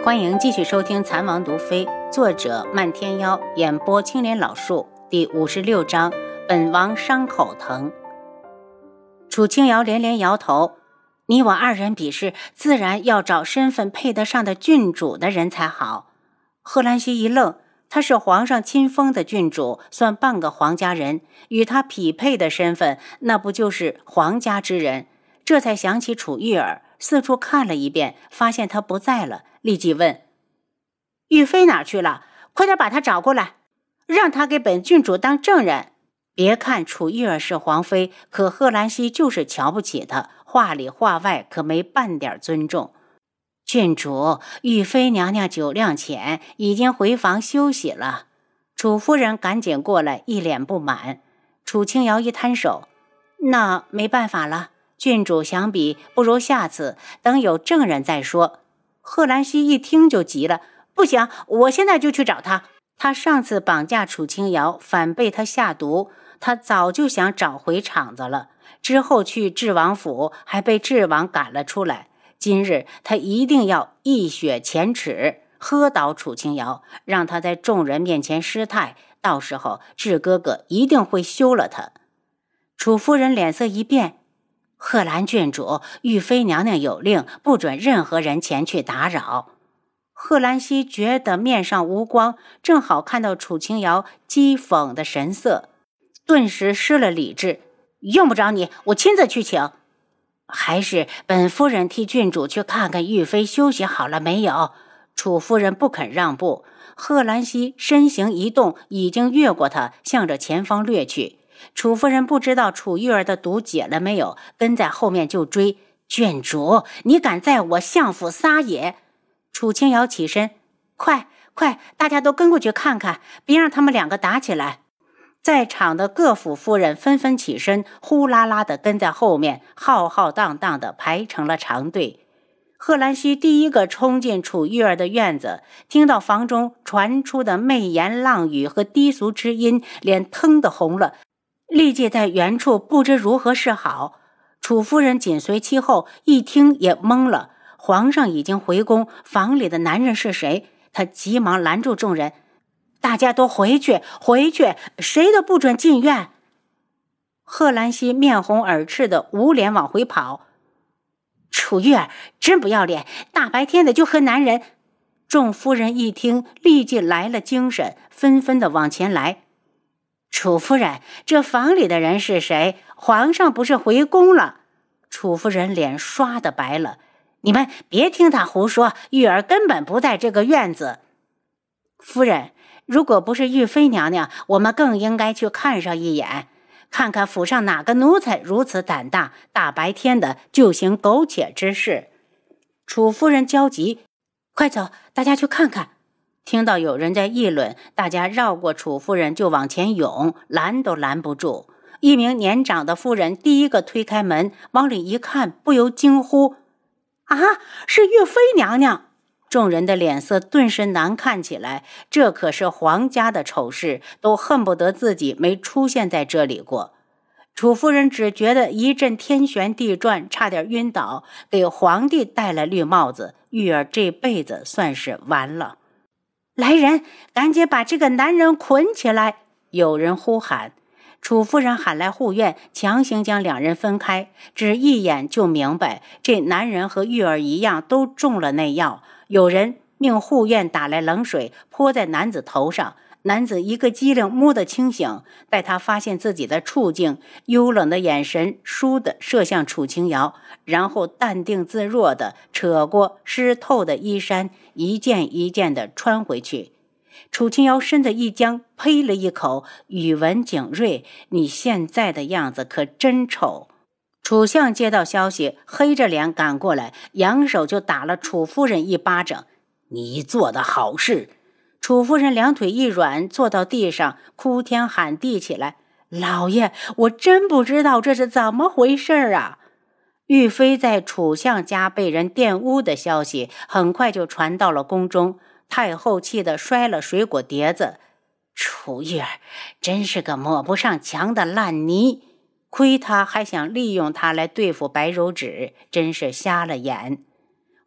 欢迎继续收听《残王毒妃》，作者漫天妖，演播青莲老树，第56章，本王伤口疼。楚清瑶连连摇头，你我二人比试，自然要找身份配得上的郡主的人才好。贺兰溪一愣，他是皇上亲封的郡主，算半个皇家人，与他匹配的身份，那不就是皇家之人？这才想起楚玉儿，四处看了一遍，发现他不在了，立即问：玉妃哪去了？快点把她找过来，让她给本郡主当证人。别看楚玉儿是皇妃，可贺兰溪就是瞧不起她，话里话外可没半点尊重。郡主，玉妃娘娘酒量浅，已经回房休息了。楚夫人赶紧过来，一脸不满。楚清瑶一摊手，那没办法了，郡主想比，不如下次等有证人再说。贺兰溪一听就急了，不行，我现在就去找他。他上次绑架楚清瑶，反被他下毒，他早就想找回场子了。之后去智王府，还被智王赶了出来。今日他一定要一雪前耻，喝倒楚清瑶，让他在众人面前失态，到时候智哥哥一定会休了他。楚夫人脸色一变，贺兰郡主，玉妃娘娘有令，不准任何人前去打扰。贺兰溪觉得面上无光，正好看到楚清瑶讥讽的神色，顿时失了理智，用不着你，我亲自去请。还是本夫人替郡主去看看玉妃休息好了没有。楚夫人不肯让步，贺兰溪身形一动，已经越过她，向着前方掠去。楚夫人不知道楚玉儿的毒解了没有，跟在后面就追。郡主，你敢在我相府撒野！楚清瑶起身，快，大家都跟过去看看，别让他们两个打起来。在场的各府夫人纷纷起身，呼啦啦地跟在后面，浩浩荡荡地排成了长队。贺兰溪第一个冲进楚玉儿的院子，听到房中传出的媚言浪语和低俗之音，脸腾地红了，立即在原处不知如何是好。楚夫人紧随其后，一听也懵了，皇上已经回宫，房里的男人是谁？他急忙拦住众人，大家都回去，谁都不准进院。贺兰溪面红耳赤的捂脸往回跑。楚玉儿真不要脸，大白天的就和男人。众夫人一听，立即来了精神，纷纷的往前来。楚夫人，这房里的人是谁？皇上不是回宫了？楚夫人脸刷的白了，你们别听他胡说，玉儿根本不在这个院子。夫人，如果不是玉妃娘娘，我们更应该去看上一眼，看看府上哪个奴才如此胆大，大白天的就行苟且之事。楚夫人焦急，快走，大家去看看。听到有人在议论，大家绕过楚夫人就往前涌，拦都拦不住。一名年长的夫人第一个推开门，往里一看，不由惊呼，啊，是玉妃娘娘！众人的脸色顿时难看起来，这可是皇家的丑事，都恨不得自己没出现在这里过。楚夫人只觉得一阵天旋地转，差点晕倒，给皇帝戴了绿帽子，玉儿这辈子算是完了。来人，赶紧把这个男人捆起来！有人呼喊。楚夫人喊来护院，强行将两人分开，只一眼就明白，这男人和玉儿一样都中了那药。有人命护院打来冷水泼在男子头上，男子一个机灵摸得清醒，待他发现自己的处境，幽冷的眼神倏地射向楚清瑶，然后淡定自若地扯过湿透的衣衫，一件一件地穿回去。楚清瑶身子一僵，呸了一口，语文景睿，你现在的样子可真丑。楚相接到消息，黑着脸赶过来，扬手就打了楚夫人一巴掌。你做的好事！楚夫人两腿一软，坐到地上，哭天喊地起来，老爷，我真不知道这是怎么回事啊！玉妃在楚相家被人玷污的消息很快就传到了宫中，太后气得摔了水果碟子。楚玉儿真是个抹不上墙的烂泥，亏他还想利用他来对付白柔指，真是瞎了眼。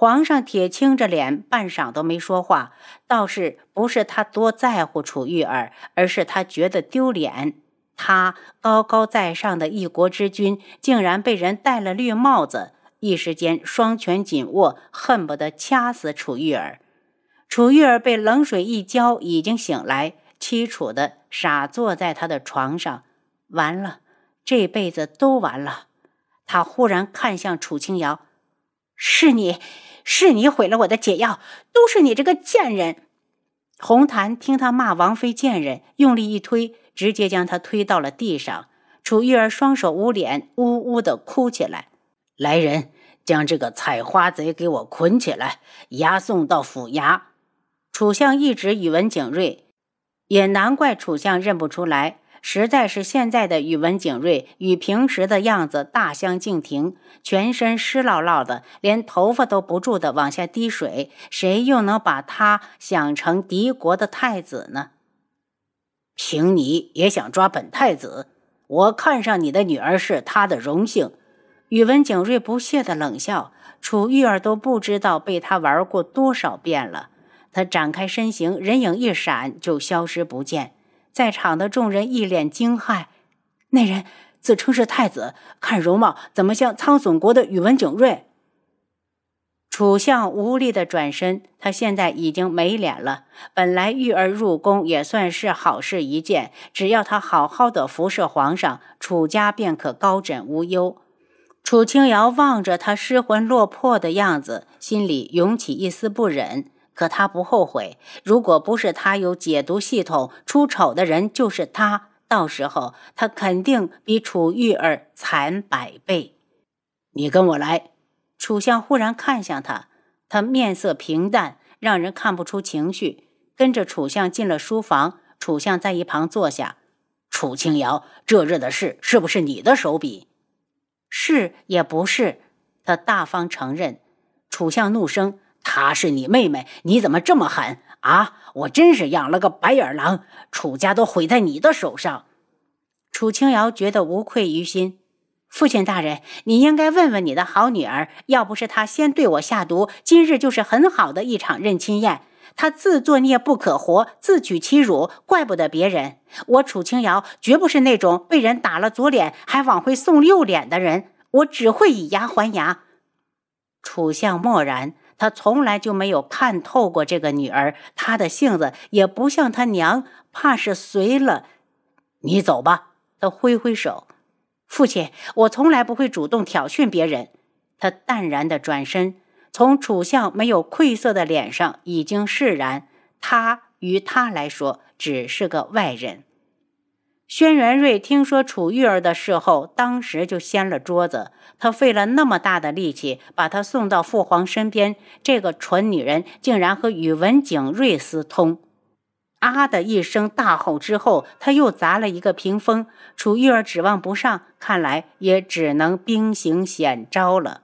皇上铁青着脸，半晌都没说话，倒是不是他多在乎楚玉儿，而是他觉得丢脸。他高高在上的一国之君，竟然被人戴了绿帽子，一时间双拳紧握，恨不得掐死楚玉儿。楚玉儿被冷水一浇，已经醒来，凄楚的傻坐在他的床上。完了，这辈子都完了。他忽然看向楚清瑶，是你毁了我的解药，都是你这个贱人。红檀听他骂王妃贱人，用力一推，直接将他推到了地上。楚玉儿双手捂脸，呜呜地哭起来。来人，将这个采花贼给我捆起来，押送到府衙。楚相一指宇文景睿，也难怪楚相认不出来，实在是现在的宇文景睿与平时的样子大相径庭，全身湿烙烙的，连头发都不住的往下滴水，谁又能把他想成敌国的太子呢？凭你也想抓本太子？我看上你的女儿是他的荣幸。宇文景睿不屑的冷笑，楚玉儿都不知道被他玩过多少遍了。他展开身形，人影一闪就消失不见。在场的众人一脸惊骇，那人自称是太子，看容貌怎么像苍隼国的宇文景睿？楚相无力的转身，他现在已经没脸了。本来玉儿入宫也算是好事一件，只要他好好的服侍皇上，楚家便可高枕无忧。楚清瑶望着他失魂落魄的样子，心里涌起一丝不忍。可他不后悔，如果不是他有解毒系统，出丑的人就是他，到时候他肯定比楚玉儿惨100倍。你跟我来。楚相忽然看向他，他面色平淡，让人看不出情绪，跟着楚相进了书房。楚相在一旁坐下。楚清瑶，这日的事是不是你的手笔？是也不是，他大方承认。楚相怒声，她是你妹妹，你怎么这么狠啊？我真是养了个白眼狼，楚家都毁在你的手上。楚清瑶觉得无愧于心。父亲大人，你应该问问你的好女儿，要不是她先对我下毒，今日就是很好的一场认亲宴。她自作孽不可活，自取其辱，怪不得别人。我楚清瑶绝不是那种被人打了左脸还往回送右脸的人，我只会以牙还牙。楚相默然，他从来就没有看透过这个女儿，她的性子也不像她娘，怕是随了。你走吧。他挥挥手。父亲，我从来不会主动挑衅别人。他淡然地转身，从楚相没有愧色的脸上已经释然，他于他来说只是个外人。轩辕睿听说楚玉儿的事后，当时就掀了桌子。他费了那么大的力气把她送到父皇身边，这个蠢女人竟然和宇文景睿私通。啊的一声大吼之后，他又砸了一个屏风。楚玉儿指望不上，看来也只能兵行险招了。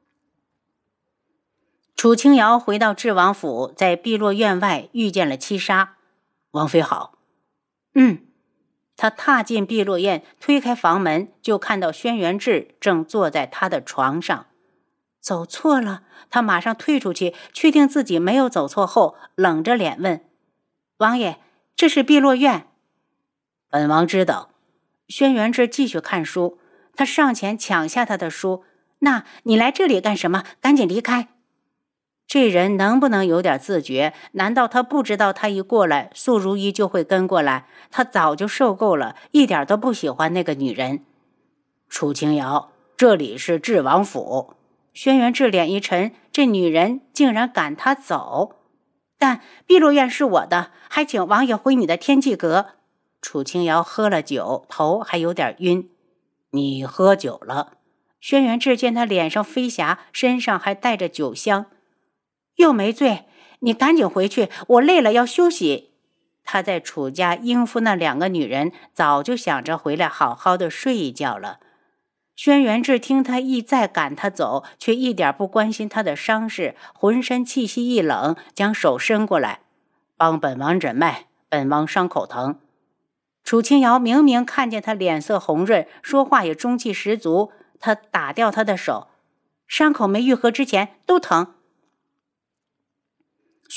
楚清瑶回到智王府，在碧落院外遇见了七杀。王妃好。他踏进碧落院，推开房门，就看到轩辕志正坐在他的床上。走错了，他马上退出去，确定自己没有走错后，冷着脸问：王爷，这是碧落院？本王知道。轩辕志继续看书，他上前抢下他的书。那你来这里干什么？赶紧离开。这人能不能有点自觉？难道他不知道他一过来，素如意就会跟过来？他早就受够了，一点都不喜欢那个女人。楚清瑶，这里是智王府。轩辕志脸一沉，这女人竟然赶他走。但碧落院是我的，还请王爷回你的天际阁。楚清瑶喝了酒，头还有点晕。你喝酒了？轩辕志见他脸上飞霞，身上还带着酒香。又没醉，你赶紧回去，我累了要休息。他在楚家应付那2个女人，早就想着回来好好的睡一觉了。轩辕志听他一再赶他走，却一点不关心他的伤势，浑身气息一冷，将手伸过来，帮本王诊脉，本王伤口疼。楚清瑶明明看见他脸色红润，说话也中气十足，他打掉他的手，伤口没愈合之前都疼。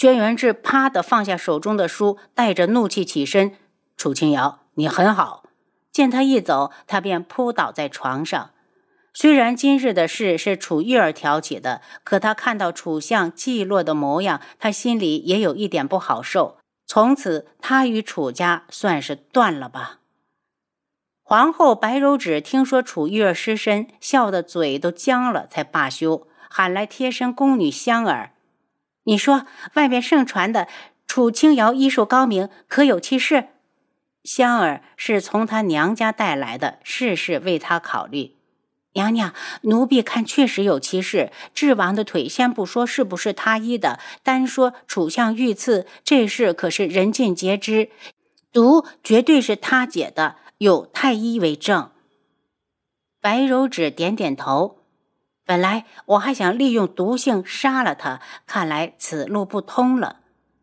轩辕志啪地放下手中的书，带着怒气起身。楚清瑶，你很好。见他一走，他便扑倒在床上。虽然今日的事是楚玉儿挑起的，可他看到楚相寂落的模样，他心里也有一点不好受。从此他与楚家算是断了吧。皇后白柔指听说楚玉儿失身，笑得嘴都僵了，才罢休，喊来贴身宫女香儿。你说外面盛传的楚清瑶医术高明，可有其事？香儿是从她娘家带来的，事事为她考虑。娘娘，奴婢看确实有其事。智王的腿先不说是不是他医的，单说楚相遇刺，这事可是人尽皆知，毒绝对是他解的，有太医为证。白柔指点点头。本来我还想利用毒性杀了他，看来此路不通了。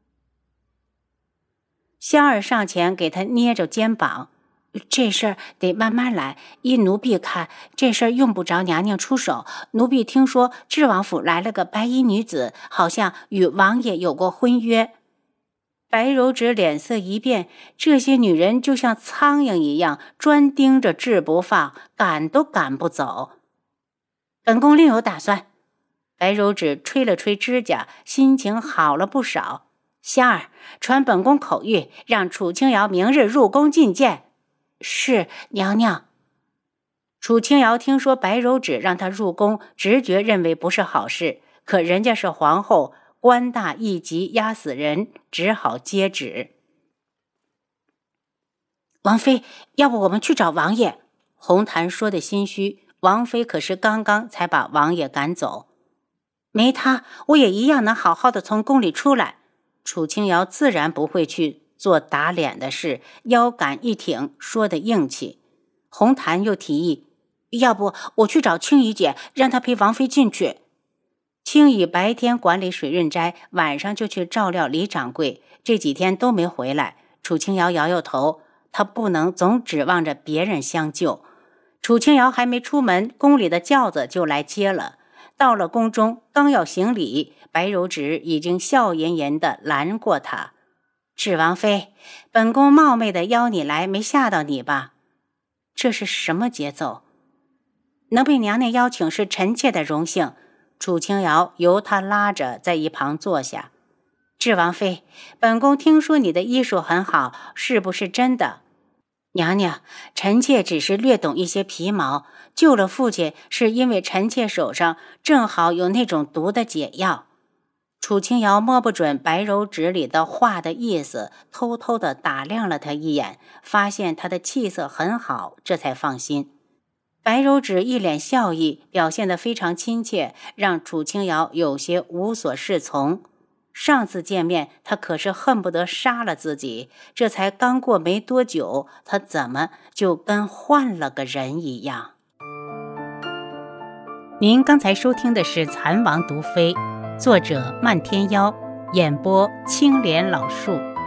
香儿上前给他捏着肩膀，这事儿得慢慢来，依奴婢看，这事儿用不着娘娘出手。奴婢听说智王府来了个白衣女子，好像与王爷有过婚约。白柔指脸色一变，这些女人就像苍蝇一样，专盯着智不放，赶都赶不走。本宫另有打算。白柔指吹了吹指甲，心情好了不少。香儿，传本宫口谕，让楚清瑶明日入宫觐见。是，娘娘。楚清瑶听说白柔指让她入宫，直觉认为不是好事，可人家是皇后，官大一级压死人，只好接旨。王妃，要不我们去找王爷？红檀说的心虚，王妃可是刚刚才把王爷赶走，没他我也一样能好好的从宫里出来。楚清瑶自然不会去做打脸的事，腰杆一挺，说的硬气。红檀又提议，要不我去找青姨姐，让她陪王妃进去。青姨白天管理水润斋，晚上就去照料李掌柜，这几天都没回来。楚清瑶摇摇头，她不能总指望着别人相救。楚清瑶还没出门，宫里的轿子就来接了。到了宫中，刚要行礼，白柔指已经笑吟吟地拦过他。智王妃，本宫冒昧地邀你来，没吓到你吧？这是什么节奏？能被娘娘邀请是臣妾的荣幸。楚清瑶由他拉着在一旁坐下。智王妃，本宫听说你的医术很好，是不是真的？娘娘，臣妾只是略懂一些皮毛，救了父亲是因为臣妾手上正好有那种毒的解药。楚清瑶摸不准白柔指里的话的意思，偷偷地打量了他一眼，发现他的气色很好，这才放心。白柔指一脸笑意，表现得非常亲切，让楚清瑶有些无所适从。上次见面，他可是恨不得杀了自己，这才刚过没多久，他怎么就跟换了个人一样？您刚才收听的是《蚕王毒妃》，作者漫天妖，演播青莲老树。